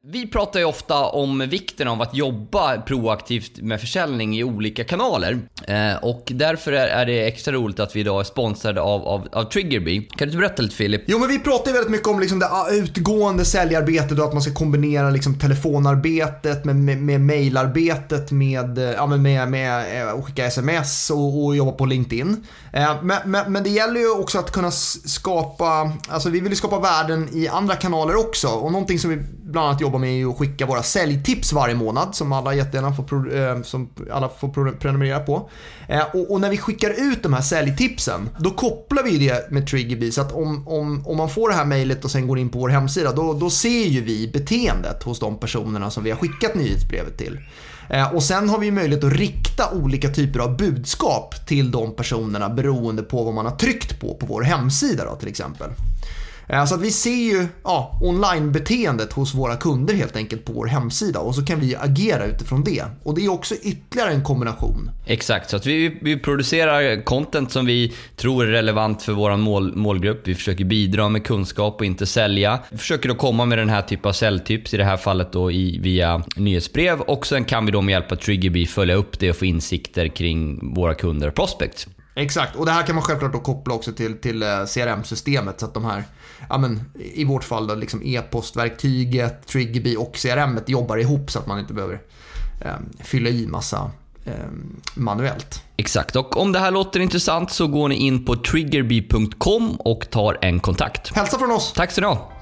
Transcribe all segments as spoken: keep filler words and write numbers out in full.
Vi pratar ju ofta om vikten av att jobba proaktivt med försäljning i olika kanaler. Eh, och därför är, är det extra roligt att vi idag är sponsrade av, av, av Triggerbee. Kan du berätta lite, Filip? Jo, men vi pratar ju väldigt mycket om liksom det utgående säljarbetet och att man ska kombinera liksom telefonarbetet med, med, med mailarbetet, med, ja, med, med, med att skicka sms och, och jobba på LinkedIn. Eh, men, men, men det gäller ju också att kunna skapa, alltså vi vill ju skapa värden i andra kanaler också. Och någonting som vi bland annat jobbar med är att skicka våra säljtips varje månad som alla jättegärna får, eh, som alla får prenumerera på. Eh, och, och när vi skickar ut de här säljtipsen, då kopplar vi det med Triggerbee, så att om, om, om man får det här mejlet och sen går in på vår hemsida, då, då ser ju vi beteendet hos de personerna som vi har skickat nyhetsbrevet till. Eh, och sen har vi möjlighet att rikta olika typer av budskap till de personerna beroende på vad man har tryckt på på vår hemsida då, till exempel. Så att vi ser ju ja, online-beteendet hos våra kunder helt enkelt på vår hemsida, och så kan vi agera utifrån det. Och det är också ytterligare en kombination. Exakt, så att vi, vi producerar content som vi tror är relevant för vår mål, målgrupp. Vi försöker bidra med kunskap och inte sälja. Vi försöker då komma med den här typen av säljtips, i det här fallet då i, via nyhetsbrev. Och sen kan vi då med hjälp av Triggerbee följa upp det och få insikter kring våra kunder och prospects. Exakt, och det här kan man självklart då koppla också till, till C R M-systemet, så att de här, ja men, i vårt fall då liksom e-postverktyget, Triggerbee och C R M-et jobbar ihop så att man inte behöver eh, fylla i massa eh, manuellt. Exakt, och om det här låter intressant så går ni in på triggerbee punkt com och tar en kontakt. Hälsa från oss! Tack så du ha!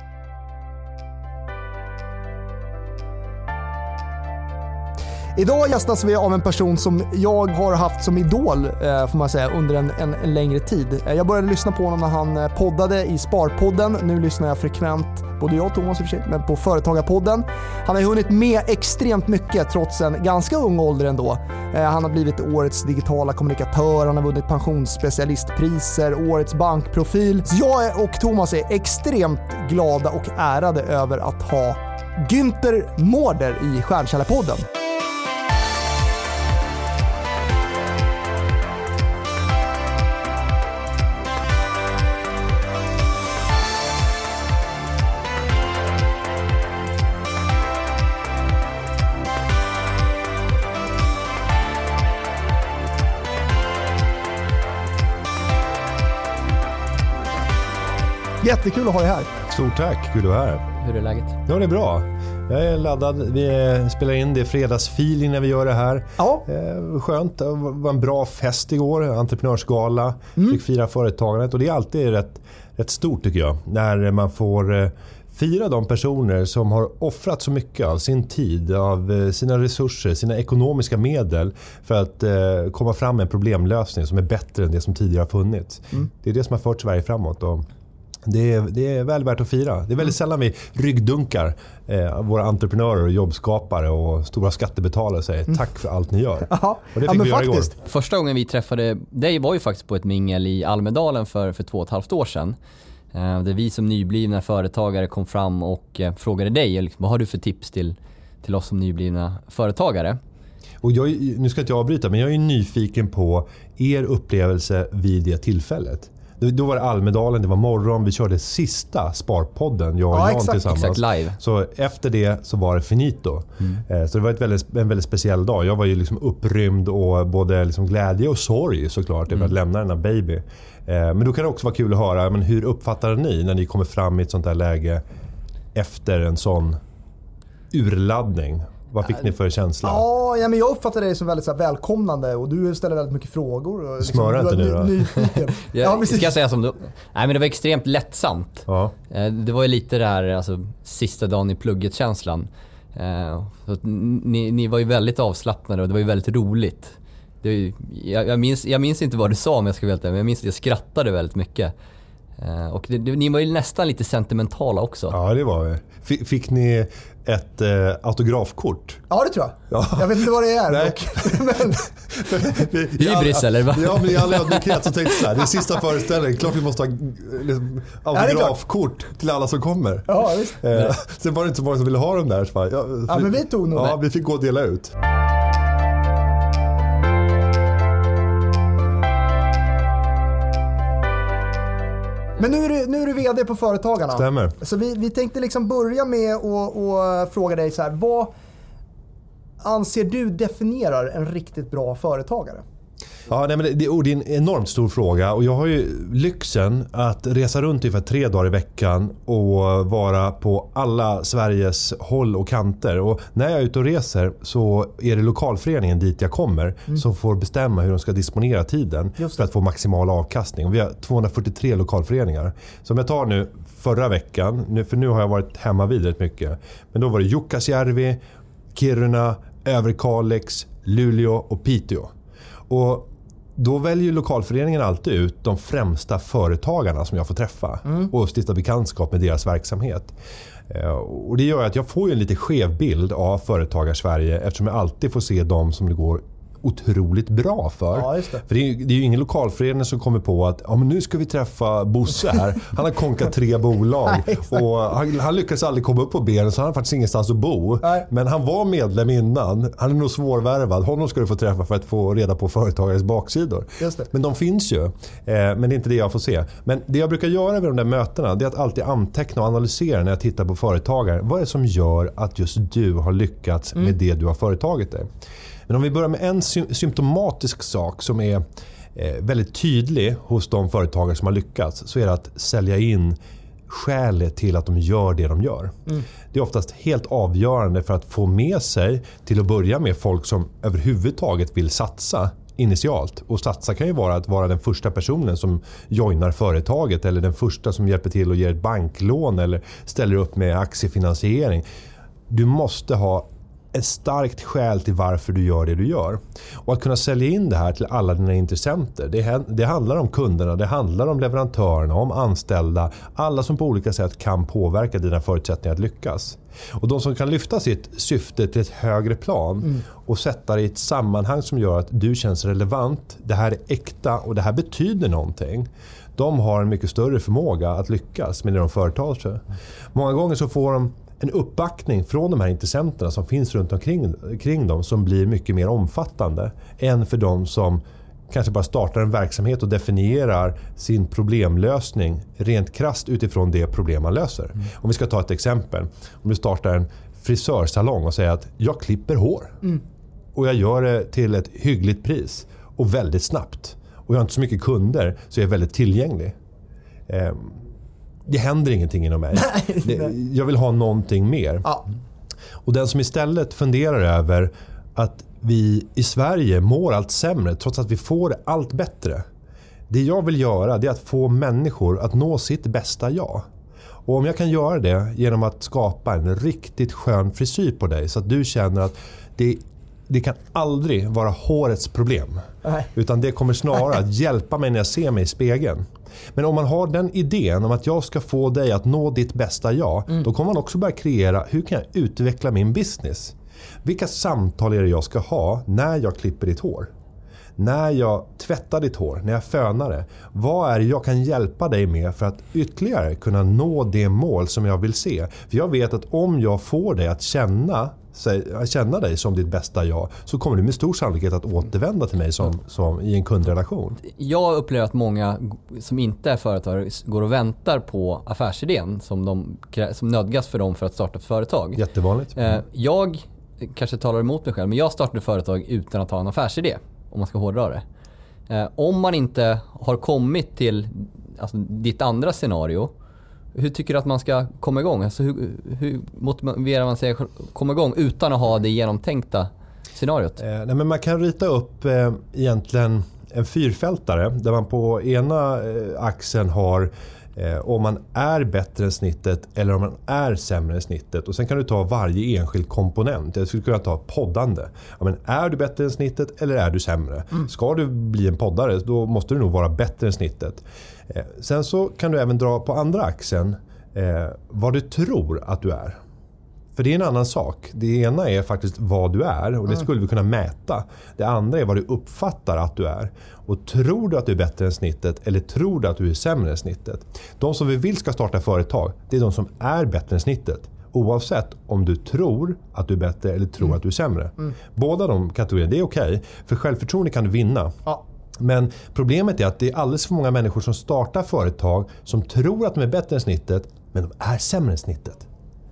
Idag gästas vi av en person som jag har haft som idol, får man säga, under en, en, en längre tid. Jag började lyssna på honom när han poddade i Sparpodden. Nu lyssnar jag frekvent, både jag och Thomas i och för sig, men på Företagarpodden. Han har hunnit med extremt mycket trots en ganska ung ålder ändå. Han har blivit årets digitala kommunikatör, han har vunnit pensionsspecialistpriser, årets bankprofil. Så jag och Thomas är extremt glada och ärade över att ha Günther Mårder i Stjärnkällarpodden. Jättekul att ha dig här. Stort tack, kul att vara här. Hur är läget? Ja, det är bra. Jag är laddad. Vi spelar in, det är fredagsfeeling när vi gör det här. Ja. Eh, skönt, det var en bra fest igår, entreprenörsgala. Mm. Fick fira företagandet, och det är alltid rätt, rätt stort tycker jag. När man får fira de personer som har offrat så mycket av sin tid, av sina resurser, sina ekonomiska medel för att eh, komma fram med en problemlösning som är bättre än det som tidigare har funnits. Mm. Det är det som har fört Sverige framåt, och Det är, det är väl värt att fira. Det är väldigt sällan vi ryggdunkar eh, våra entreprenörer och jobbskapare och stora skattebetalare och säger tack för allt ni gör. Aha. Och det fick ja, men vi göra faktiskt. igår. Första gången vi träffade dig var ju faktiskt på ett mingel i Almedalen för, för två och ett halvt år sedan. Eh, där vi som nyblivna företagare kom fram och eh, frågade dig, liksom, vad har du för tips till, till oss som nyblivna företagare? Och jag, nu ska jag inte avbryta, men jag är nyfiken på er upplevelse vid det tillfället. Då var det Almedalen, det var morgon, vi körde sista Sparpodden, jag och ja, Jan exakt, tillsammans. Exakt, live. Så efter det så var det finito. Mm. Så det var ett väldigt, en väldigt speciell dag. Jag var ju liksom upprymd och både liksom glädje och sorg såklart över mm. att lämna den här baby. Men då kan det också vara kul att höra, men hur uppfattar ni när ni kommer fram i ett sånt här läge efter en sån urladdning? Vad fick ni för känsla? Ja, ja men jag uppfattar det som väldigt så här, välkomnande, och du ställer väldigt mycket frågor. Och, liksom, Smöra inte nu då? Nyfiken. ja, ja, ska jag säga som du? Nej, men det var extremt lättsamt. Ja. Det var ju lite där, alltså, sista dagen i plugget-känslan. Så ni, ni var ju väldigt avslappnade och det var ju väldigt roligt. Det, jag, jag, minns, jag minns inte vad du sa, om jag ska veta, men jag minns att jag skrattade väldigt mycket. Och det, det, ni var ju nästan lite sentimentala också. Ja, det var vi. F- fick ni ett eh, autografkort? Ja, det tror jag. Ja. Jag vet inte vad det är. Nej. Men... Hybris eller vad? Ja, men i all ödmjukhet så tänkte jag så här, det är sista föreställningen. Klart vi måste ha liksom, autografkort till alla som kommer. Ja, visst. Eh, sen var det inte så många som ville ha dem där. Så bara, ja, ja, men vi tog nog. Ja, vi fick gå och dela ut. Men nu är du, nu är du vd på Företagarna. Stämmer. Så vi, vi tänkte liksom börja med att fråga dig så här. Vad anser du definierar en riktigt bra företagare? Ja, nej, men det, det är en enormt stor fråga och jag har ju lyxen att resa runt ungefär tre dagar i veckan och vara på alla Sveriges håll och kanter. Och när jag är ute och reser så är det lokalföreningen dit jag kommer mm. som får bestämma hur de ska disponera tiden för att få maximal avkastning. Och vi har tvåhundrafyrtiotre lokalföreningar. Så om jag tar nu förra veckan, nu, för nu har jag varit hemma vid rätt mycket, men då var det Jukkasjärvi, Kiruna, Överkalix, Luleå och Piteå. Och då väljer lokalföreningen alltid ut de främsta företagarna som jag får träffa mm. och stifta bekantskap med deras verksamhet. Och det gör att jag får en lite skev bild av företagarsverige eftersom jag alltid får se dem som det går otroligt bra för. Ja, just det. För det är, ju, det är ju ingen lokalförening som kommer på att ja, men nu ska vi träffa Bosse här. Han har konkat tre bolag och han, han lyckades aldrig komma upp på benen så han har faktiskt ingenstans att bo. Nej. Men han var medlem innan. Han är nog svårvärvad. Honom ska du få träffa för att få reda på företagares baksidor. Just det. Men de finns ju. Eh, men det är inte det jag får se. Men det jag brukar göra vid de där mötena det är att alltid anteckna och analysera när jag tittar på företagare. Vad är det som gör att just du har lyckats mm. med det du har företagit dig? Men om vi börjar med en sy- symptomatisk sak som är eh, väldigt tydlig hos de företagare som har lyckats så är det att sälja in skälet till att de gör det de gör. Mm. Det är oftast helt avgörande för att få med sig till att börja med folk som överhuvudtaget vill satsa initialt. Och satsa kan ju vara att vara den första personen som joinar företaget eller den första som hjälper till och ger ett banklån eller ställer upp med aktiefinansiering. Du måste ha ett starkt skäl till varför du gör det du gör. Och att kunna sälja in det här till alla dina intressenter. Det, det handlar om kunderna, det handlar om leverantörerna, om anställda. Alla som på olika sätt kan påverka dina förutsättningar att lyckas. Och de som kan lyfta sitt syfte till ett högre plan mm. och sätta det i ett sammanhang som gör att du känns relevant. Det här är äkta och det här betyder någonting. De har en mycket större förmåga att lyckas med det de företar sig. Många gånger så får de en uppbackning från de här intressenterna som finns runt omkring kring dem som blir mycket mer omfattande än för de som kanske bara startar en verksamhet och definierar sin problemlösning rent krasst utifrån det problem man löser. Mm. Om vi ska ta ett exempel. Om du startar en frisörsalong och säger att jag klipper hår mm. och jag gör det till ett hyggligt pris och väldigt snabbt och jag har inte så mycket kunder så jag är väldigt tillgänglig. Eh, Det händer ingenting inom mig. Det, jag vill ha någonting mer. Ja. Och den som istället funderar över att vi i Sverige mår allt sämre trots att vi får det allt bättre. Det jag vill göra det är att få människor att nå sitt bästa jag. Och om jag kan göra det genom att skapa en riktigt skön frisyr på dig så att du känner att det Det kan aldrig vara hårets problem. Nej. Utan det kommer snarare att hjälpa mig när jag ser mig i spegeln. Men om man har den idén om att jag ska få dig att nå ditt bästa jag. Mm. Då kommer man också börja kreera hur kan jag utveckla min business. Vilka samtal är det jag ska ha när jag klipper ditt hår? När jag tvättar ditt hår, när jag fönar det. Vad är det jag kan hjälpa dig med för att ytterligare kunna nå det mål som jag vill se? För jag vet att om jag får dig att känna känna dig som ditt bästa jag så kommer du med stor sannolikhet att återvända till mig som, som i en kundrelation. Jag upplever att många som inte är företagare går och väntar på affärsidén som, de, som nödgas för dem för att starta ett företag. Jättevanligt. Mm. Jag kanske talar emot mig själv men jag startade företag utan att ha en affärsidé om man ska hårdra det. Om man inte har kommit till alltså, ditt andra scenario. Hur tycker du att man ska komma igång? Alltså hur, hur motiverar man sig att komma igång utan att ha det genomtänkta scenariot? Eh, nej men man kan rita upp eh, egentligen en fyrfältare där man på ena eh, axeln har eh, om man är bättre än snittet eller om man är sämre än snittet. Och sen kan du ta varje enskild komponent. Jag skulle kunna ta poddande. Ja, men är du bättre än snittet eller är du sämre? Mm. Ska du bli en poddare då måste du nog vara bättre än snittet. Eh, sen så kan du även dra på andra axeln eh, vad du tror att du är. För det är en annan sak. Det ena är faktiskt vad du är och det skulle vi kunna mäta. Det andra är vad du uppfattar att du är. Och tror du att du är bättre än snittet eller tror du att du är sämre än snittet? De som vi vill ska starta företag, det är de som är bättre än snittet. Oavsett om du tror att du är bättre eller tror mm. att du är sämre. Mm. Båda de kategorierna, det är okej. För självförtroende kan du vinna. Ja. Men problemet är att det är alldeles för många människor som startar företag som tror att de är bättre än snittet, men de är sämre än snittet.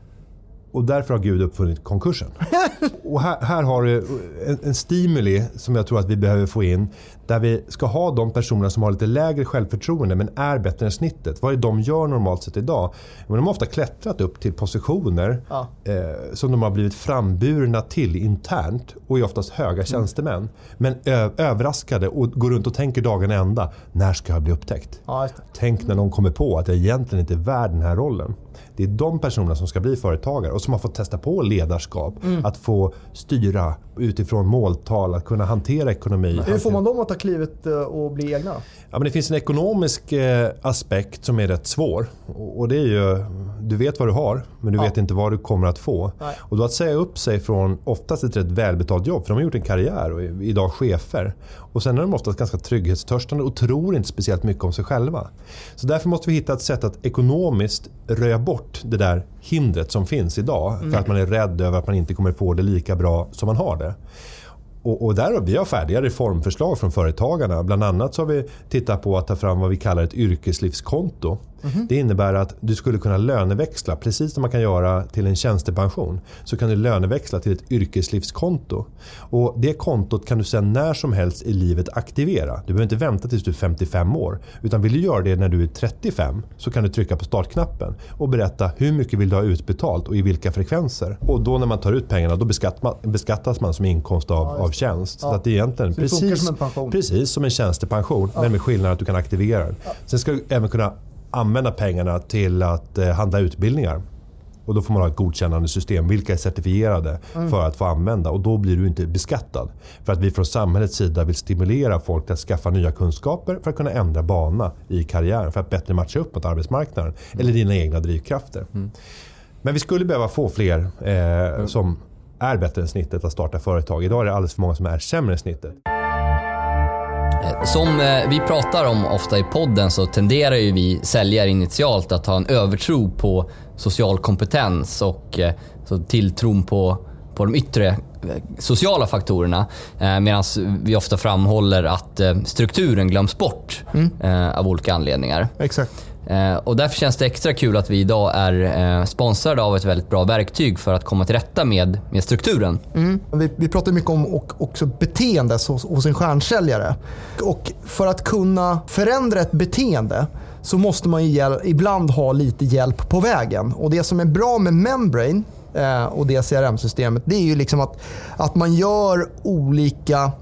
Och därför har Gud uppfunnit konkursen. Och här, här har du en, en stimuli som jag tror att vi behöver få in. Där vi ska ha de personer som har lite lägre självförtroende men är bättre än snittet. Vad är de gör normalt sett idag? Men de har ofta klättrat upp till positioner ja. eh, som de har blivit framburna till internt. Och är oftast höga tjänstemän. Mm. Men ö- överraskade och går runt och tänker dagen ända. När ska jag bli upptäckt? Ja, Tänk när de kommer på att jag egentligen inte är värd den här rollen. Det är de personerna som ska bli företagare och som har fått testa på ledarskap. Mm. Att få styra utifrån måltal, att kunna hantera ekonomi. Hur får man dem att ta klivet och bli egna? Ja, men det finns en ekonomisk eh, aspekt som är rätt svår. Och, och det är ju, du vet vad du har, men du ja. vet inte vad du kommer att få. Nej. Och då att säga upp sig från oftast ett rätt välbetalt jobb, för de har gjort en karriär och är idag chefer. Och sen är de oftast ganska trygghetstörstande och tror inte speciellt mycket om sig själva. Så därför måste vi hitta ett sätt att ekonomiskt röja bort det där hindret som finns idag. Mm. För att man är rädd över att man inte kommer få det lika bra som man har det. Och, och där har vi har färdiga reformförslag från företagarna. Bland annat så har vi tittat på att ta fram vad vi kallar ett yrkeslivskonto. Mm-hmm. Det innebär att du skulle kunna löneväxla, precis som man kan göra till en tjänstepension, så kan du löneväxla till ett yrkeslivskonto. Och det kontot kan du sedan när som helst i livet aktivera. Du behöver inte vänta tills du är femtiofem år, utan vill du göra det när du är trettiofem så kan du trycka på startknappen och berätta hur mycket vill du ha utbetalt och i vilka frekvenser. Och då när man tar ut pengarna, då beskattas man, beskattas man som inkomst av, ja, av tjänst. Ja. Så att det är egentligen så det precis som, precis som en tjänstepension, ja. men med skillnad att du kan aktivera den. Ja. Sen ska du även kunna använda pengarna till att eh, handla utbildningar. Och då får man ha ett godkännande system. Vilka är certifierade mm. för att få använda. Och då blir du inte beskattad. För att vi från samhällets sida vill stimulera folk att skaffa nya kunskaper för att kunna ändra bana i karriären. För att bättre matcha upp mot arbetsmarknaden. Mm. Eller dina egna drivkrafter. Mm. Men vi skulle behöva få fler eh, mm. som är bättre än snittet att starta företag. Idag är det alldeles för många som är sämre än snittet. Som vi pratar om ofta i podden så tenderar ju vi säljare initialt att ha en övertro på social kompetens och så tilltron på, på de yttre sociala faktorerna, medan vi ofta framhåller att strukturen glöms bort mm. av olika anledningar. Exakt. Och därför känns det extra kul att vi idag är sponsrade av ett väldigt bra verktyg för att komma till rätta med, med strukturen. Mm. Vi, vi pratar mycket om och, också beteende hos, hos en stjärnsäljare. Och för att kunna förändra ett beteende så måste man ju hjäl- ibland ha lite hjälp på vägen. Och det som är bra med Membrane eh, och det C R M-systemet, det är ju liksom att, att man gör olika...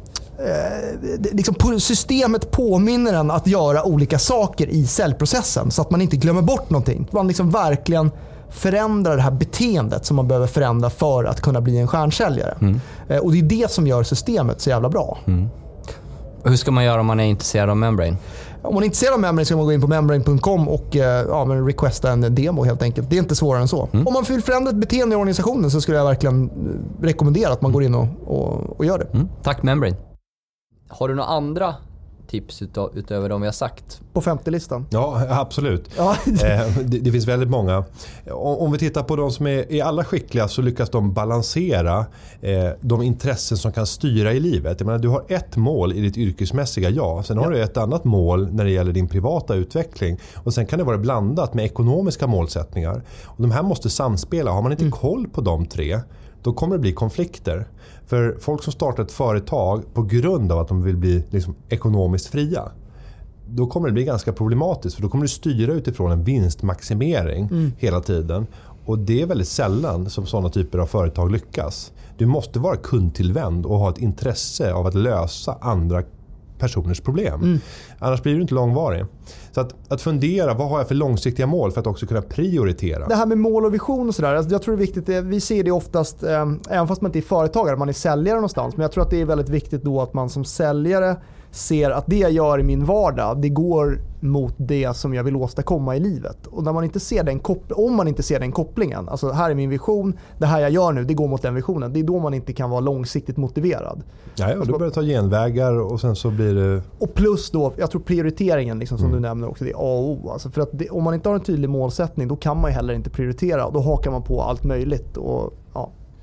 Eh, liksom systemet påminner en att göra olika saker i säljprocessen så att man inte glömmer bort någonting. Man liksom verkligen förändrar det här beteendet som man behöver förändra för att kunna bli en stjärnsäljare. Mm. Eh, och det är det som gör systemet så jävla bra. Mm. Hur ska man göra om man är intresserad av Membrane? Om man är intresserad av Membrane så kan man gå in på membrane punkt com och ja, men requesta en demo helt enkelt. Det är inte svårare än så. Mm. Om man vill förändra ett beteende i organisationen så skulle jag verkligen rekommendera att man går in och, och, och gör det. Mm. Tack Membrane. Har du några andra tips utav, utöver de vi har sagt? På femtio-listan? Ja, absolut. Ja. det, det finns väldigt många. Om vi tittar på de som är, är alla skickliga så lyckas de balansera eh, de intressen som kan styra i livet. Jag menar, du har ett mål i ditt yrkesmässiga ja. Sen har ja. du ett annat mål när det gäller din privata utveckling. Och sen kan det vara blandat med ekonomiska målsättningar. Och de här måste samspela. Har man inte mm. koll på de tre, då kommer det bli konflikter. För folk som startar ett företag på grund av att de vill bli liksom ekonomiskt fria, då kommer det bli ganska problematiskt. För då kommer du styra utifrån en vinstmaximering mm. hela tiden. Och det är väldigt sällan som sådana typer av företag lyckas. Du måste vara kundtillvänd och ha ett intresse av att lösa andra personers problem. Mm. Annars blir du inte långvarig. Så att, att fundera, vad har jag för långsiktiga mål för att också kunna prioritera? Det här med mål och vision och sådär, alltså jag tror det är viktigt, vi ser det oftast, eh, även fast man inte är företagare, man är säljare någonstans, men jag tror att det är väldigt viktigt då att man som säljare ser att det jag gör i min vardag, det går mot det som jag vill åstadkomma i livet. Och när man inte ser den koppl- om man inte ser den kopplingen, alltså här är min vision, det här jag gör nu, det går mot den visionen, det är då man inte kan vara långsiktigt motiverad. Ja, och då börjar ta genvägar och sen så blir det... Och plus då, jag tror prioriteringen liksom, som mm. du nämner också, det är A och O. Alltså för att det, om man inte har en tydlig målsättning, då kan man ju heller inte prioritera och då hakar man på allt möjligt och ja.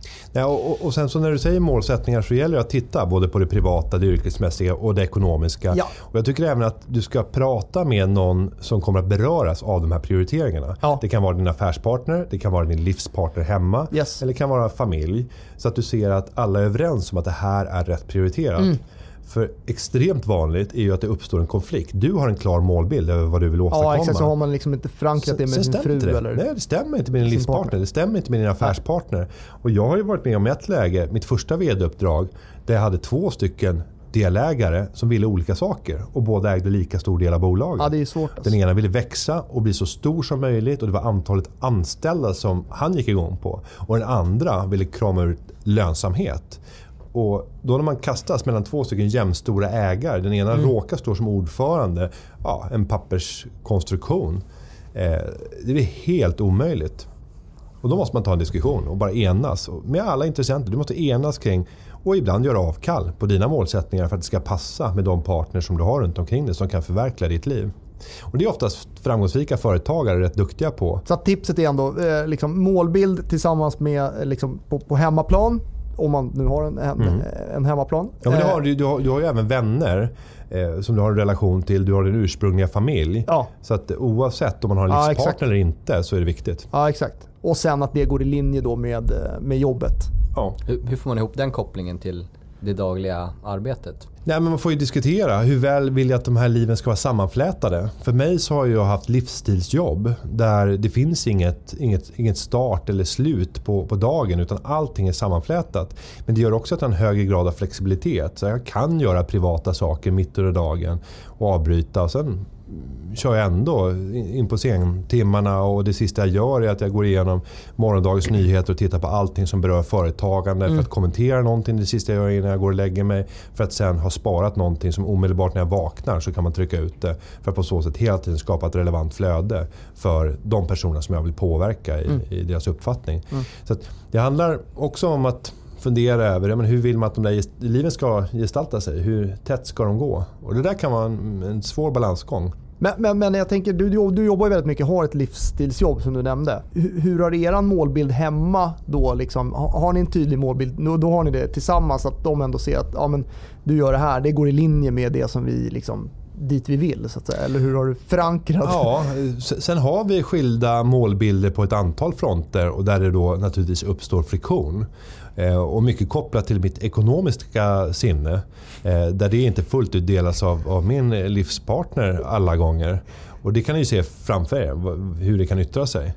Ja, och, och sen så när du säger målsättningar så gäller det att titta både på det privata, det yrkesmässiga och det ekonomiska. Ja. Och jag tycker även att du ska prata med någon som kommer att beröras av de här prioriteringarna. Ja. Det kan vara din affärspartner, det kan vara din livspartner hemma Yes. eller det kan vara familj. Så att du ser att alla är överens om att det här är rätt prioriterat. Mm. För extremt vanligt är ju att det uppstår en konflikt. Du har en klar målbild över vad du vill åstadkomma. Ja, exakt. Så har man liksom inte förankrat det med sin fru det. eller... Nej, det stämmer inte med din livspartner. Partner. Det stämmer inte med din affärspartner. Och jag har ju varit med om ett läge, mitt första vd-uppdrag, där jag hade två stycken delägare som ville olika saker och båda ägde lika stor del av bolaget. Ja, det är svårt. Alltså. Den ena ville växa och bli så stor som möjligt och det var antalet anställda som han gick igång på. Och den andra ville krama ut lönsamhet. Och då när man kastas mellan två stycken jämnstora ägare, den ena mm. råkar stå som ordförande, ja, en papperskonstruktion. Eh, det är helt omöjligt. Och då måste man ta en diskussion och bara enas med alla intressenter. Du måste enas kring och ibland göra avkall på dina målsättningar för att det ska passa med de partners som du har runt omkring dig som kan förverkliga ditt liv. Och det är oftast framgångsrika företagare rätt duktiga på. Så att tipset är ändå eh, liksom målbild tillsammans med liksom, på, på hemmaplan. Om man nu har en, en, mm. en hemmaplan. Ja, men du, har, du, har, du har ju även vänner eh, som du har en relation till. Du har din ursprungliga familj. Ja. Så att oavsett om man har en livspartner ja, eller inte så är det viktigt. Ja, exakt. Och sen att det går i linje då med, med jobbet. Ja. Hur, hur får man ihop den kopplingen till det dagliga arbetet? Nej, men man får ju diskutera hur väl vill jag att de här liven ska vara sammanflätade. För mig så har jag haft livsstilsjobb där det finns inget, inget, inget start eller slut på, på dagen utan allting är sammanflätat. Men det gör också att jag har en högre grad av flexibilitet. Så jag kan göra privata saker mitt under dagen och avbryta och sen kör jag ändå in på sentimmarna och det sista jag gör är att jag går igenom morgondagens nyheter och tittar på allting som berör företagande mm. för att kommentera någonting det sista jag gör innan jag går och lägger mig för att sen ha sparat någonting som omedelbart när jag vaknar så kan man trycka ut det för att på så sätt hela tiden skapa ett relevant flöde för de personer som jag vill påverka i, mm. i deras uppfattning. Mm. Så att det handlar också om att fundera över ja, men hur vill man att de där liven ska gestalta sig? Hur tätt ska de gå? Och det där kan vara en, en svår balansgång. Men, men, men jag tänker, du, du jobbar ju väldigt mycket, har ett livsstilsjobb som du nämnde. Hur, hur har er målbild hemma då? Liksom, har, har ni en tydlig målbild? Då, då har ni det tillsammans att de ändå ser att ja, men, du gör det här, det går i linje med det som vi liksom, dit vi vill så att säga. Eller hur har du förankrat? Ja, sen har vi skilda målbilder på ett antal fronter och där det då naturligtvis uppstår friktion. Och mycket kopplat till mitt ekonomiska sinne där det inte fullt ut delas av, av min livspartner alla gånger. Och det kan ni ju se framför er hur det kan yttra sig.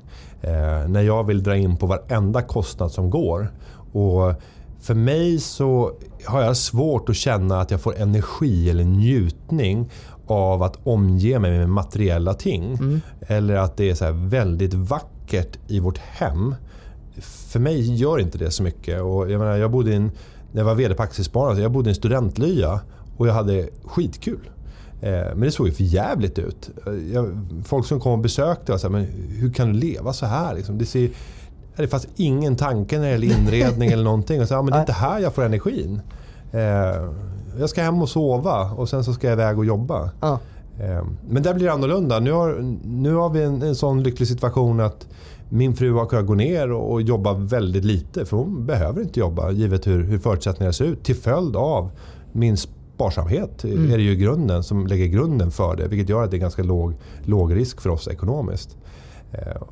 När jag vill dra in på varenda kostnad som går. Och för mig så har jag svårt att känna att jag får energi eller njutning av att omge mig med materiella ting. Mm. Eller att det är så här väldigt vackert i vårt hem. För mig gör inte det så mycket. Och jag, menar, jag bodde in, när jag var vd på Aktiespararna, jag bodde i en studentlya och jag hade skitkul. Eh, men det såg ju för jävligt ut. Jag, folk som kom och besökte och sa, men hur kan du leva så här? Liksom, det, ser, det fanns ingen tanke när det gäller inredning eller någonting. Och så, ja, men det är inte här jag får energin. Eh, jag ska hem och sova och sen så ska jag iväg och jobba. Ah. Eh, men där blir det annorlunda. Nu har, nu har vi en, en sån lycklig situation att min fru har kunnat gå ner och jobba väldigt lite för hon behöver inte jobba givet hur, hur förutsättningarna ser ut till följd av min sparsamhet mm. är det ju grunden som lägger grunden för det vilket gör att det är ganska låg, låg risk för oss ekonomiskt. Eh,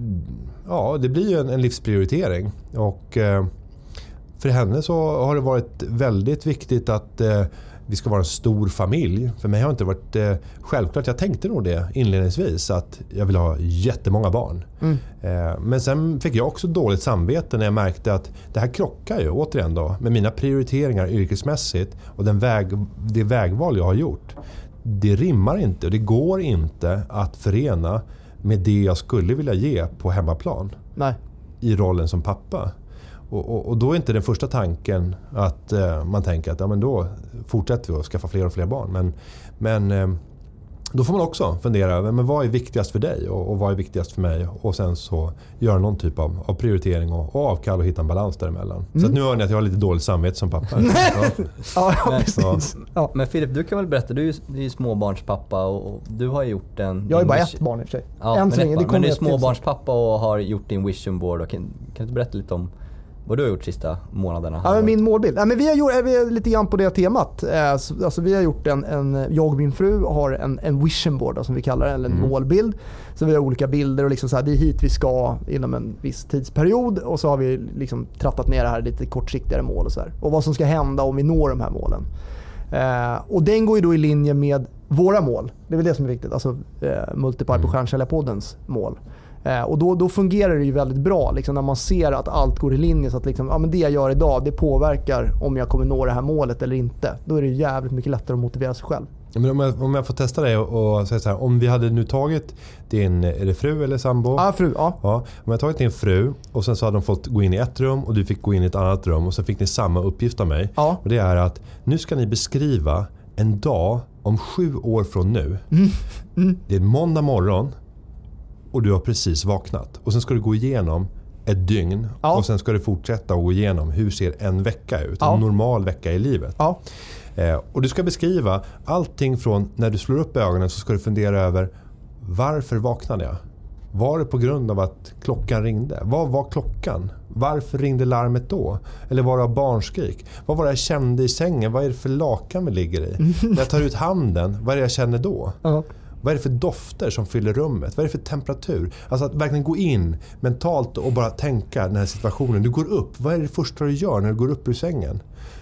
ja, det blir ju en, en livsprioritering och eh, för henne så har det varit väldigt viktigt att eh, vi ska vara en stor familj. För mig har det inte varit eh, självklart. Jag tänkte nog det inledningsvis att jag vill ha jättemånga barn. Mm. Eh, men sen fick jag också dåligt samvete när jag märkte att det här krockar ju återigen då med mina prioriteringar yrkesmässigt och den väg, det vägval jag har gjort. Det rimmar inte och det går inte att förena med det jag skulle vilja ge på hemmaplan. Nej. I rollen som pappa. Och, och, och då är inte den första tanken att eh, man tänker att ja, men då fortsätter vi att skaffa fler och fler barn. Men, men eh, då får man också fundera över men vad är viktigast för dig och, och vad är viktigast för mig. Och sen så göra någon typ av, av prioritering och, och avkall och hitta en balans däremellan. Mm. Så att nu hör ni att jag har lite dåligt samvete som pappa. ja, ja, precis. Ja. Ja. Men Filip, du kan väl berätta, du är ju, du är ju småbarnspappa och, och du har gjort en... Jag är bara ett barn i och för sig. Ja, men, ett, men du är småbarnspappa och har gjort din vision board. Och kan, kan du berätta lite om vad du har gjort sista månaderna? Ja, men min målbild. Ja, men vi har gjort vi är lite grann på det temat. Alltså, vi har gjort en, en jag och min fru har en, en vision board som vi kallar det, eller en mm. målbild. Så vi har olika bilder och liksom så här, det är hit vi ska inom en viss tidsperiod, och så har vi liksom trattat ner det här lite kortsiktigare mål och så här. Och vad som ska hända om vi når de här målen. Eh, och den går ju då i linje med våra mål. Det är väl det som är viktigt. Alltså eh, Multipipe och Stjärnsäljarpoddens mål. Eh, och då, då fungerar det ju väldigt bra liksom, när man ser att allt går i linje, så att liksom, ja, men det jag gör idag, det påverkar om jag kommer nå det här målet eller inte. Då är det jävligt mycket lättare att motivera sig själv. Ja, men om, jag, om jag får testa det och, och säga så här, om vi hade nu tagit din, är det fru eller sambo? Ja, fru. Ja. Ja, om jag tagit din fru och sen så hade de fått gå in i ett rum och du fick gå in i ett annat rum, och så fick ni samma uppgift av mig. Ja. Och det är att nu ska ni beskriva en dag om sju år från nu. Mm. Mm. Det är måndag morgon och du har precis vaknat. Och sen ska du gå igenom ett dygn. Ja. Och sen ska du fortsätta att gå igenom hur ser en vecka ut. Ja. En normal vecka i livet. Ja. Eh, och du ska beskriva allting från när du slår upp ögonen, så ska du fundera över varför vaknade jag? Var det på grund av att klockan ringde? Vad var klockan? Varför ringde larmet då? Eller var det av barnskrik? Vad var det jag kände i sängen? Vad är det för lakan vi ligger i? När jag tar ut handen, vad är det jag känner då? Ja. Vad är det för dofter som fyller rummet? Vad är det för temperatur? Alltså att verkligen gå in mentalt och bara tänka den här situationen. Du går upp. Vad är det första du gör när du går upp ur sängen?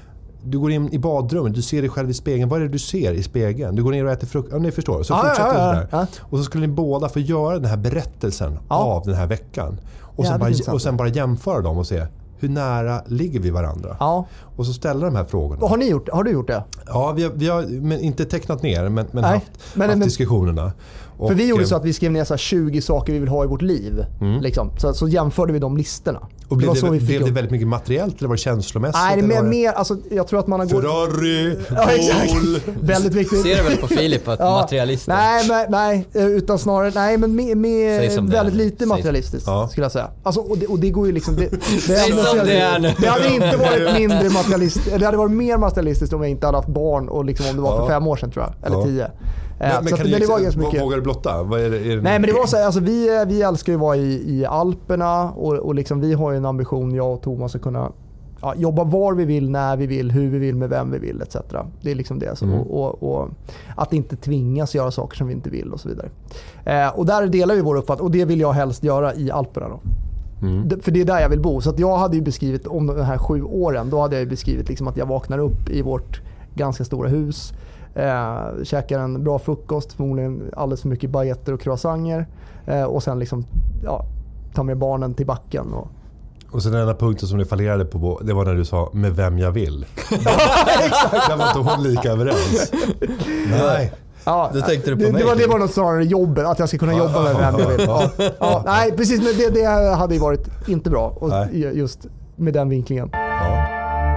Du går in i badrummet, du ser dig själv i spegeln. Vad är det du ser i spegeln? Du går ner och äter frukost. Ja, ni förstår. Så ja, fortsätter ja, ja, det där. ja. Och så skulle ni båda få göra den här berättelsen ja. av den här veckan. Och, ja, sen bara, och sen bara jämföra dem och se hur nära ligger vi varandra. Ja. Och så ställa de här frågorna. Och har ni gjort, har du gjort det? Ja, vi har, vi har men inte tecknat ner, men, men Nej, haft, men, haft men, diskussionerna. Och, för vi gjorde så att vi skrev ner så här tjugo saker vi vill ha i vårt liv. Mm. Liksom. Så, så jämförde vi de listorna. Och blev, det, det, vi blev det väldigt mycket materiellt eller var det känslomässigt? Nej, det är mer, mer, alltså, jag tror att man har gått... Ferrari, ja, exakt. Väldigt viktigt. Ser du väl på Filip att ja. materialister? Nej, nej, nej, utan snarare, nej men med, med väldigt det. lite materialistiskt ja. skulle jag säga. Alltså, och, det, och det går ju liksom... Det, det, Säg som det är nu. Det hade inte varit mindre materialistiskt, det hade varit mer materialistiskt om jag inte hade haft barn, och liksom om det var ja. för fem år sedan tror jag, eller ja. tio. Men, men så kan det, du, det var ganska mycket. Vågar du blotta? Vad är det, är det Nej, men det var så här, alltså, vi, vi älskar ju att vara i, i Alperna, och, och liksom, vi har ju en ambition, jag och Thomas, att kunna ja, jobba var vi vill, när vi vill, hur vi vill, med vem vi vill et cetera. Det är liksom det. Alltså, mm. och, och, och att inte tvingas göra saker som vi inte vill och så vidare. Eh, och där delar vi vår uppfattning, och det vill jag helst göra i Alperna då. Mm. För det är där jag vill bo. Så att jag hade ju beskrivit om de här sju åren, då hade jag ju beskrivit liksom att jag vaknar upp i vårt ganska stora hus. Eh, käkar en bra frukost, förmodligen alldeles för mycket baguetter och croissanter, eh, och sen liksom ja, ta med barnen till backen. Och, och sen den enda punkten som du fallerade på, det var när du sa med vem jag vill. Där var inte hon lika överens. Nej. Ja, det tänkte du på det, mig. Det var, det var något snarare jobbet, att jag ska kunna jobba med vem jag vill. Ja. Ja, nej, precis, men det, det hade ju varit inte bra, och just med den vinklingen. Ja.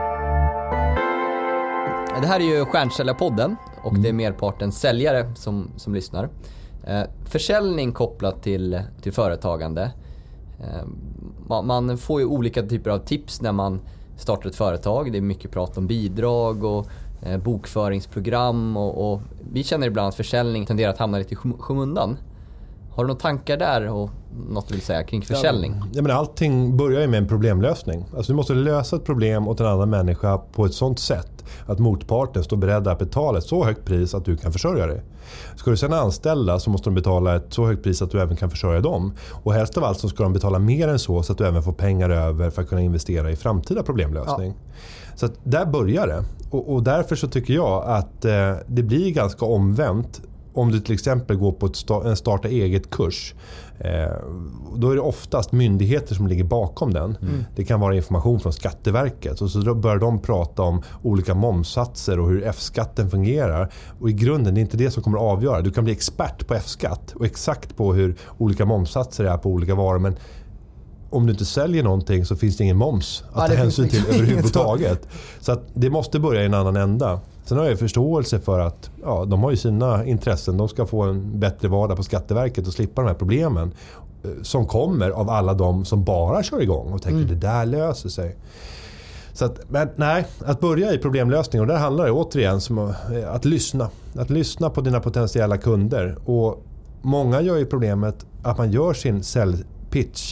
Det här är ju Stjärnsäljarpodden, och mm. det är merparten säljare som, som lyssnar. Eh, försäljning kopplat till, till företagande. Eh, man, man får ju olika typer av tips när man startar ett företag. Det är mycket prat om bidrag och eh, bokföringsprogram. Och, och vi känner ibland att försäljning tenderar att hamna lite i skymundan. Har du några tankar där och något du vill säga kring försäljning? Ja, men allting börjar ju med en problemlösning. Alltså du måste lösa ett problem åt en annan människa på ett sånt sätt att motparten står beredd att betala ett så högt pris att du kan försörja dig. Ska du sedan anställa så måste de betala ett så högt pris att du även kan försörja dem. Och helst av allt så ska de betala mer än så så att du även får pengar över för att kunna investera i framtida problemlösning. Ja. Så att där börjar det. Och, och därför så tycker jag att eh, det blir ganska omvänt. Om du till exempel går på ett sta- en starta eget-kurs, eh, då är det oftast myndigheter som ligger bakom den. Mm. Det kan vara information från Skatteverket, och så börjar de prata om olika momssatser och hur F-skatten fungerar. Och i grunden det är inte det som kommer att avgöra. Du kan bli expert på F-skatt och exakt på hur olika momssatser är på olika varor, men om du inte säljer någonting så finns det ingen moms att ja, ta hänsyn till överhuvudtaget. Så att det måste börja i en annan ända. Sen har jag förståelse för att ja, de har ju sina intressen. De ska få en bättre vardag på Skatteverket och slippa de här problemen som kommer av alla de som bara kör igång och tänker mm. det där löser sig. Så att, men nej, att börja i problemlösning, och där handlar det återigen om att lyssna. Att lyssna på dina potentiella kunder. Och många gör ju problemet att man gör sin säljpitch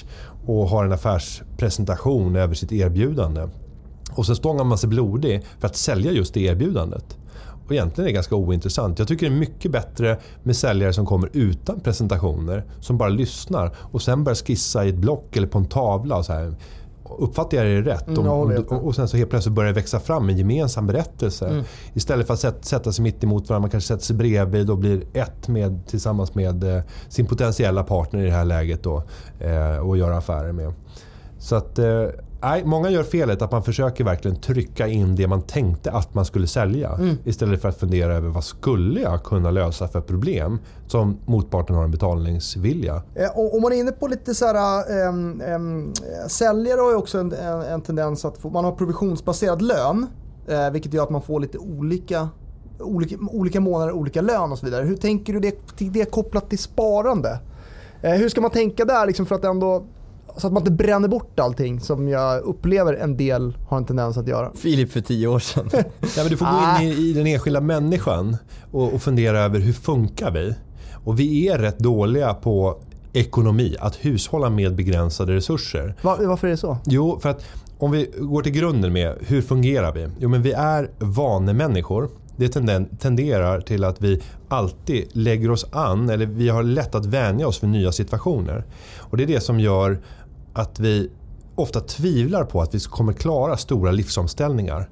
och har en affärspresentation över sitt erbjudande. Och sen stångar man sig blodig för att sälja just det erbjudandet. Och egentligen är det ganska ointressant. Jag tycker det är mycket bättre med säljare som kommer utan presentationer, som bara lyssnar och sen börjar skissa i ett block eller på en tavla och så här. Uppfattar jag det rätt? Mm, och, och, och, och sen så helt plötsligt börjar det växa fram en gemensam berättelse. Mm. Istället för att sätta, sätta sig mitt emot varandra, man kanske sätter sig bredvid och blir ett med, tillsammans med eh, sin potentiella partner i det här läget då, eh, och göra affärer med. Så att eh, nej, många gör felet att man försöker verkligen trycka in det man tänkte att man skulle sälja. Mm. Istället för att fundera över vad skulle jag kunna lösa för problem som motparten har en betalningsvilja. Eh, om man är inne på lite så här, äm, äm, säljare har ju också en, en, en tendens att få, man har provisionsbaserad lön, eh, vilket gör att man får lite olika, olika, olika månader, olika lön och så vidare. Hur tänker du det, det kopplat till sparande? Eh, hur ska man tänka där liksom för att ändå så att man inte bränner bort allting som jag upplever en del har en tendens att göra. Filip för tio år sedan. Ja, men du får gå in i, i den enskilda människan och, och fundera över hur funkar vi? Och vi är rätt dåliga på ekonomi, att hushålla med begränsade resurser. Var, varför är det så? Jo, för att om vi går till grunden med hur fungerar vi? Jo, men vi är vanemänniskor. Det tenderar till att vi alltid lägger oss an, eller vi har lätt att vänja oss för nya situationer. Och det är det som gör att vi ofta tvivlar på att vi kommer klara stora livsomställningar.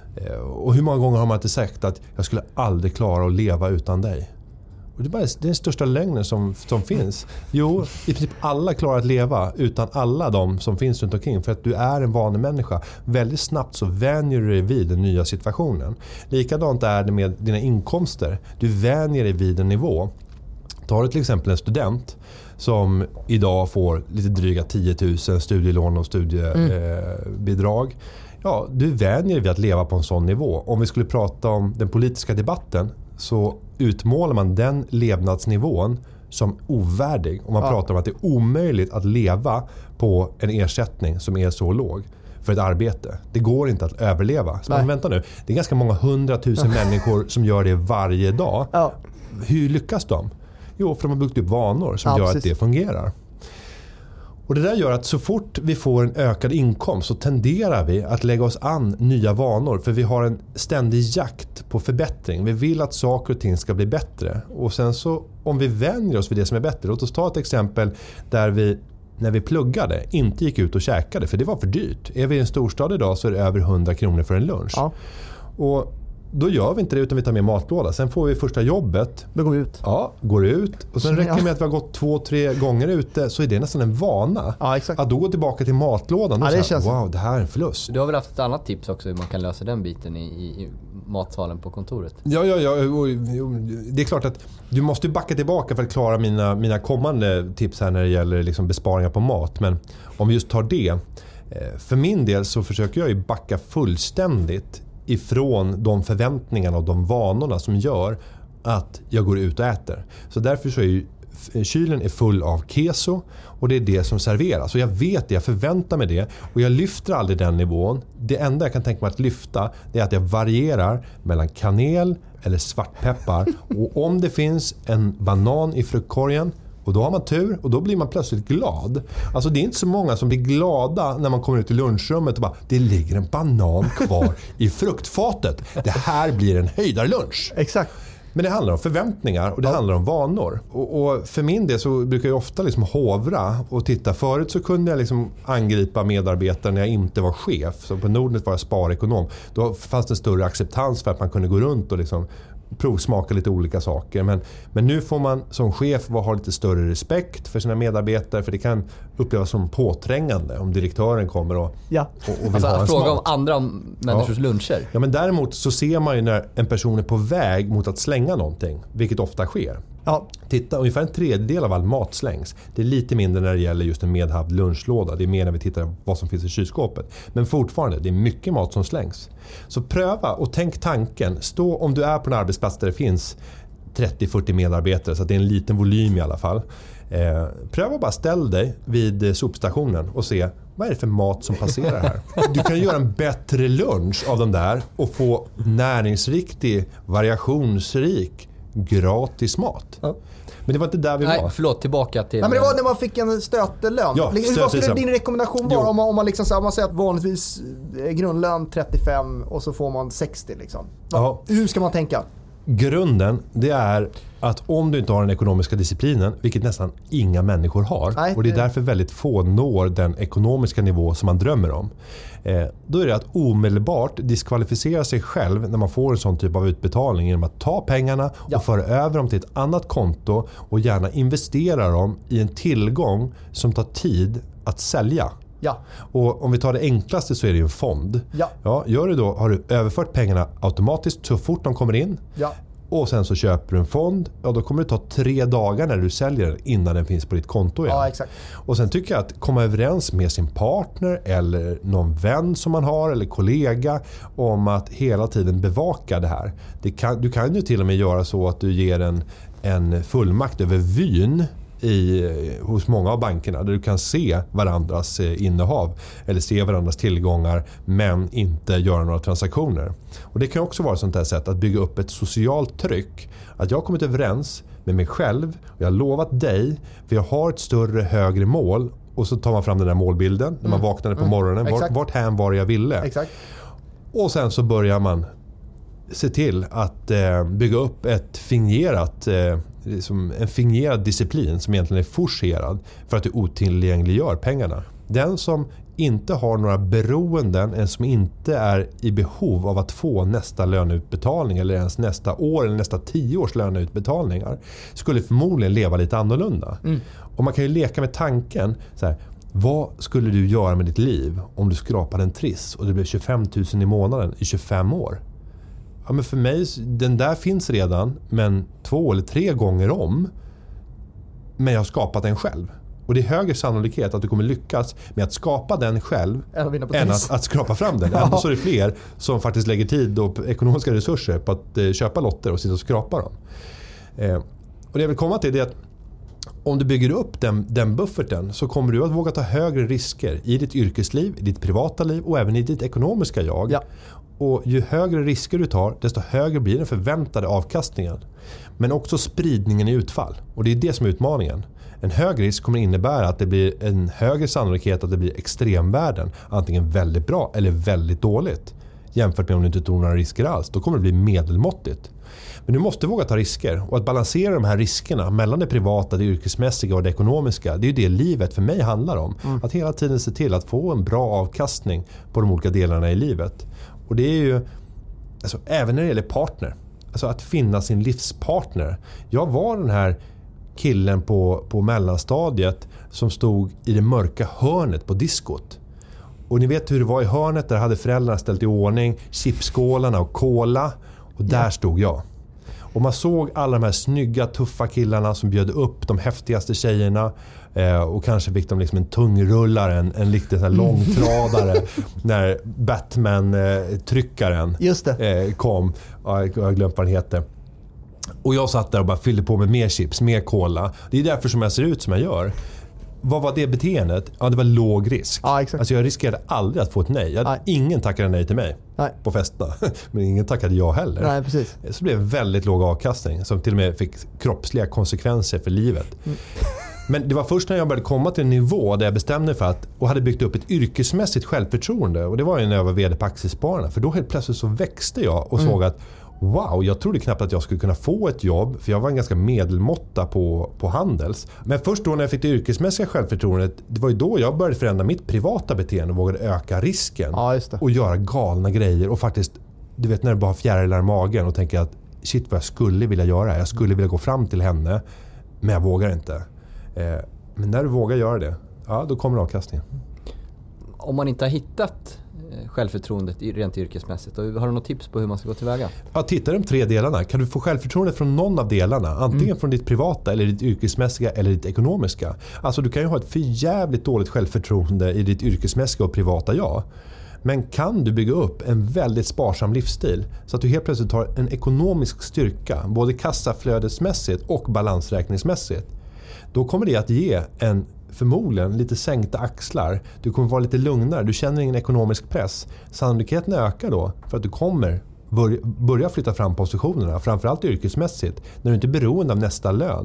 Och hur många gånger har man inte sagt att jag skulle aldrig klara att leva utan dig? Och det är bara det är den största lögnen som, som finns. Jo, i princip alla klarar att leva utan alla de som finns runt omkring. För att du är en vanlig människa. Väldigt snabbt så vänjer du dig vid den nya situationen. Likadant är det med dina inkomster. Du vänjer dig vid en nivå. Tar du till exempel en student som idag får lite dryga tio tusen studielån och studiebidrag. Mm. Ja, du vänjer dig vid att leva på en sån nivå. Om vi skulle prata om den politiska debatten så utmålar man den levnadsnivån som ovärdig. Och man ja. pratar om att det är omöjligt att leva på en ersättning som är så låg för ett arbete. Det går inte att överleva. Så man, vänta nu, det är ganska många hundratusen människor som gör det varje dag. Ja. Hur lyckas de? Jo, för de har byggt upp vanor som ja, gör precis. att det fungerar. Och det där gör att så fort vi får en ökad inkomst så tenderar vi att lägga oss an nya vanor. För vi har en ständig jakt på förbättring. Vi vill att saker och ting ska bli bättre. Och sen så om vi vänjer oss vid det som är bättre. Låt oss ta ett exempel där vi när vi pluggade inte gick ut och käkade. För det var för dyrt. Är vi i en storstad idag så är det över hundra kronor för en lunch. Ja. Och då gör vi inte det utan vi tar med matlåda. Sen får vi första jobbet. Då går vi ut. Ja, går ut. Och sen räcker det med att vi har gått två, tre gånger ute så är det nästan en vana. Ja, exakt. Att då gå tillbaka till matlådan och ja, det säga, wow, det här är en förlust. Du har väl haft ett annat tips också hur man kan lösa den biten i, i matsalen på kontoret? Ja, ja, ja. Det är klart att du måste backa tillbaka för att klara mina, mina kommande tips här när det gäller liksom besparingar på mat. Men om vi just tar det. För min del så försöker jag ju backa fullständigt ifrån de förväntningarna och de vanorna som gör att jag går ut och äter. Så därför så är ju kylen är full av keso och det är det som serveras. Och jag vet det, jag förväntar mig det och jag lyfter aldrig den nivån. Det enda jag kan tänka mig att lyfta det är att jag varierar mellan kanel eller svartpeppar. Och om det finns en banan i fruktkorgen och då har man tur och då blir man plötsligt glad. Alltså det är inte så många som blir glada när man kommer ut i lunchrummet och bara det ligger en banan kvar i fruktfatet. Det här blir en höjdarlunch. Exakt. Men det handlar om förväntningar och det ja. handlar om vanor. Och, och för min del så brukar jag ofta liksom hovra och titta. Förut så kunde jag liksom angripa medarbetare när jag inte var chef. Så på Nordnet var jag sparekonom. Då fanns det en större acceptans för att man kunde gå runt och liksom provsmaka lite olika saker. Men, men nu får man som chef ha lite större respekt för sina medarbetare för det kan upplevas som påträngande om direktören kommer och, ja. och, och vill alltså, ha en fråga smak. om andra människors ja. luncher. Ja, men däremot så ser man ju när en person är på väg mot att slänga någonting, vilket ofta sker. Ja. Titta, ungefär en tredjedel av all mat slängs. Det är lite mindre när det gäller just en medhavd lunchlåda. Det är mer när vi tittar på vad som finns i kylskåpet. Men fortfarande, det är mycket mat som slängs. Så pröva och tänk tanken. Stå om du är på en arbetsplats där det finns trettio till fyrtio medarbetare så att det är en liten volym i alla fall. Eh, pröva bara ställ dig vid sopstationen och se vad är det för mat som passerar här. Du kan göra en bättre lunch av de där och få näringsriktig, variationsrik gratis mat. Ja. Men det var inte där vi Nej, var. förlåt, tillbaka till... Nej, men det var när man fick en stötelön. Ja, Vad skulle din rekommendation vara om man, om man, liksom, så här, man säger att vanligtvis är grundlön trettiofem och så får man sextio liksom. Ja. Hur ska man tänka? Grunden, det är att om du inte har den ekonomiska disciplinen, vilket nästan inga människor har, Nej, och det är det- därför väldigt få når den ekonomiska nivå som man drömmer om. Eh, då är det att omedelbart diskvalificera sig själv när man får en sån typ av utbetalning genom att ta pengarna Ja. och föra över dem till ett annat konto och gärna investera dem i en tillgång som tar tid att sälja. Ja. Och om vi tar det enklaste så är det ju en fond. Ja. Ja, gör du då, har du överfört pengarna automatiskt så fort de kommer in. Ja. Och sen så köper du en fond. Ja, då kommer det ta tre dagar när du säljer den innan den finns på ditt konto igen. Ja, exakt. Och sen tycker jag att komma överens med sin partner eller någon vän som man har eller kollega om att hela tiden bevaka det här. Det kan, du kan ju till och med göra så att du ger en, en fullmakt över vyn i, hos många av bankerna där du kan se varandras innehav eller se varandras tillgångar men inte göra några transaktioner. Och det kan också vara ett sånt här sätt att bygga upp ett socialt tryck. Att jag har kommit överens med mig själv och jag har lovat dig, för jag har ett större, högre mål, och så tar man fram den där målbilden när man Mm. vaknade på Mm. morgonen. Vart, Exakt. vart hän var jag ville. Exakt. Och sen så börjar man se till att eh, bygga upp ett fingerat, eh, liksom en fingerad disciplin som egentligen är forcerad för att du otillgängliggör pengarna. Den som inte har några beroenden, en som inte är i behov av att få nästa löneutbetalning eller ens nästa år eller nästa tio års löneutbetalningar, skulle förmodligen leva lite annorlunda. Mm. Och man kan ju leka med tanken så här: vad skulle du göra med ditt liv om du skrapade en triss och det blev tjugofem tusen i månaden i tjugofem år? Ja, men för mig, den där finns redan, men två eller tre gånger om. Men jag har skapat den själv. Och det är högre sannolikhet att du kommer lyckas med att skapa den själv Än att vinna på än triss. att, att skrapa fram den. Ändå så är det fler som faktiskt lägger tid och ekonomiska resurser på att eh, köpa lotter och sitta och skrapa dem. Eh, och det jag vill komma till är att om du bygger upp den, den bufferten så kommer du att våga ta högre risker i ditt yrkesliv, i ditt privata liv och även i ditt ekonomiska jag. Ja. Och ju högre risker du tar, desto högre blir den förväntade avkastningen. Men också spridningen i utfall. Och det är det som är utmaningen. En hög risk kommer innebära att det blir en högre sannolikhet att det blir extremvärden. Antingen väldigt bra eller väldigt dåligt. Jämfört med om du inte tog några risker alls. Då kommer det bli medelmåttigt. Men du måste våga ta risker. Och att balansera de här riskerna mellan det privata, det yrkesmässiga och det ekonomiska. Det är ju det livet för mig handlar om. Mm. Att hela tiden se till att få en bra avkastning på de olika delarna i livet. Och det är ju, alltså, även när det gäller partner. Alltså att finna sin livspartner. Jag var den här killen på, på mellanstadiet som stod i det mörka hörnet på diskot. Och ni vet hur det var i hörnet. Där hade föräldrarna ställt i ordning chipskålarna och cola. Och där ja. stod jag. Och man såg alla de här snygga, tuffa killarna som bjöd upp de häftigaste tjejerna. Eh, och kanske fick de liksom en tungrullare, en, en riktigt så här långtradare när Batman-tryckaren eh, eh, kom. Ja, jag har glömt vad den heter. Och jag satt där och bara fyllde på med mer chips, mer cola. Det är därför som jag ser ut som jag gör. Vad var det beteendet? Ja, det var låg risk. Ja, exakt. Alltså jag riskerade aldrig att få ett nej. Jag, nej. Ingen tackade nej till mig nej. på festerna. Men ingen tackade jag heller. Nej, precis. Så det blev en väldigt låg avkastning som till och med fick kroppsliga konsekvenser för livet. Mm. Men det var först när jag började komma till en nivå där jag bestämde för att och hade byggt upp ett yrkesmässigt självförtroende. Och det var ju när jag var vd på Aktiespararna. För då helt plötsligt så växte jag och mm. såg att wow, jag trodde knappt att jag skulle kunna få ett jobb, för jag var en ganska medelmåtta på, på Handels. Men först då när jag fick det yrkesmässiga självförtroendet, det var ju då jag började förändra mitt privata beteende och vågade öka risken. Ja, just det. Och göra galna grejer och faktiskt, du vet när du bara har fjärilar i magen och tänker att shit vad jag skulle vilja göra. Jag skulle vilja gå fram till henne, men jag vågar inte. Eh, men när du vågar göra det, ja, då kommer avkastningen. Om man inte har hittat självförtroendet rent yrkesmässigt, har du något tips på hur man ska gå tillväga? Ja, titta de tre delarna. Kan du få självförtroende från någon av delarna? Antingen mm. från ditt privata eller ditt yrkesmässiga eller ditt ekonomiska. Alltså du kan ju ha ett för jävligt dåligt självförtroende i ditt yrkesmässiga och privata jag. Men kan du bygga upp en väldigt sparsam livsstil så att du helt plötsligt har en ekonomisk styrka, både kassaflödesmässigt och balansräkningsmässigt, då kommer det att ge en förmodligen lite sänkta axlar. Du kommer vara lite lugnare. Du känner ingen ekonomisk press. Sannolikheten ökar då för att du kommer börja flytta fram positionerna, framförallt yrkesmässigt, när du inte är beroende av nästa lön.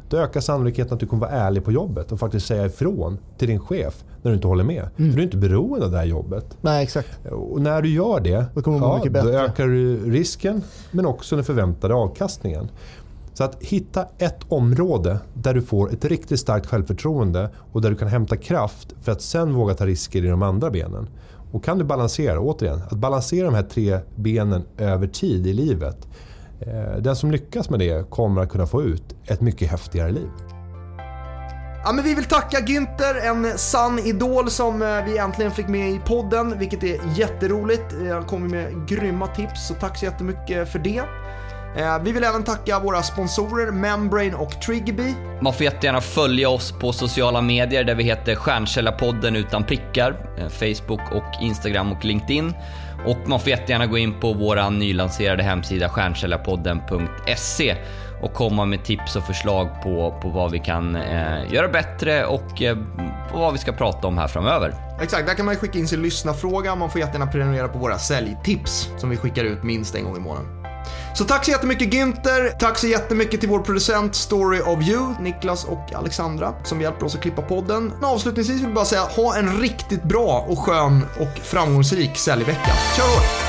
då ökar sannolikheten att du kommer vara ärlig på jobbet och faktiskt säga ifrån till din chef när du inte håller med. Mm. För du är inte beroende av det här jobbet. Nej, exakt. Och när du gör det, då, kommer ja, mycket bättre. Då ökar du risken men också den förväntade avkastningen. Så att hitta ett område där du får ett riktigt starkt självförtroende och där du kan hämta kraft för att sen våga ta risker i de andra benen. Och kan du balansera, återigen, att balansera de här tre benen över tid i livet. Den som lyckas med det kommer att kunna få ut ett mycket häftigare liv. Ja, men vi vill tacka Günther, en sann idol som vi äntligen fick med i podden, vilket är jätteroligt. Han kommer med grymma tips, så tack så jättemycket för det. Vi vill även tacka våra sponsorer Membrane och Triggerbee. Man får jättegärna följa oss på sociala medier där vi heter Stjärnkällarpodden utan prickar, Facebook och Instagram och LinkedIn. Och man får jättegärna gå in på vår nylanserade hemsida stjärnkällarpodden punkt se och komma med tips och förslag på, på vad vi kan eh, göra bättre och eh, vad vi ska prata om här framöver. Exakt, där kan man skicka in sin lyssnarfråga. Man får jättegärna prenumerera på våra säljtips som vi skickar ut minst en gång i månaden. Så tack så jättemycket Günther, tack så jättemycket till vår producent Story of You, Niklas och Alexandra, som hjälper oss att klippa podden. Men avslutningsvis vill jag bara säga, ha en riktigt bra och skön och framgångsrik säljvecka. Kör!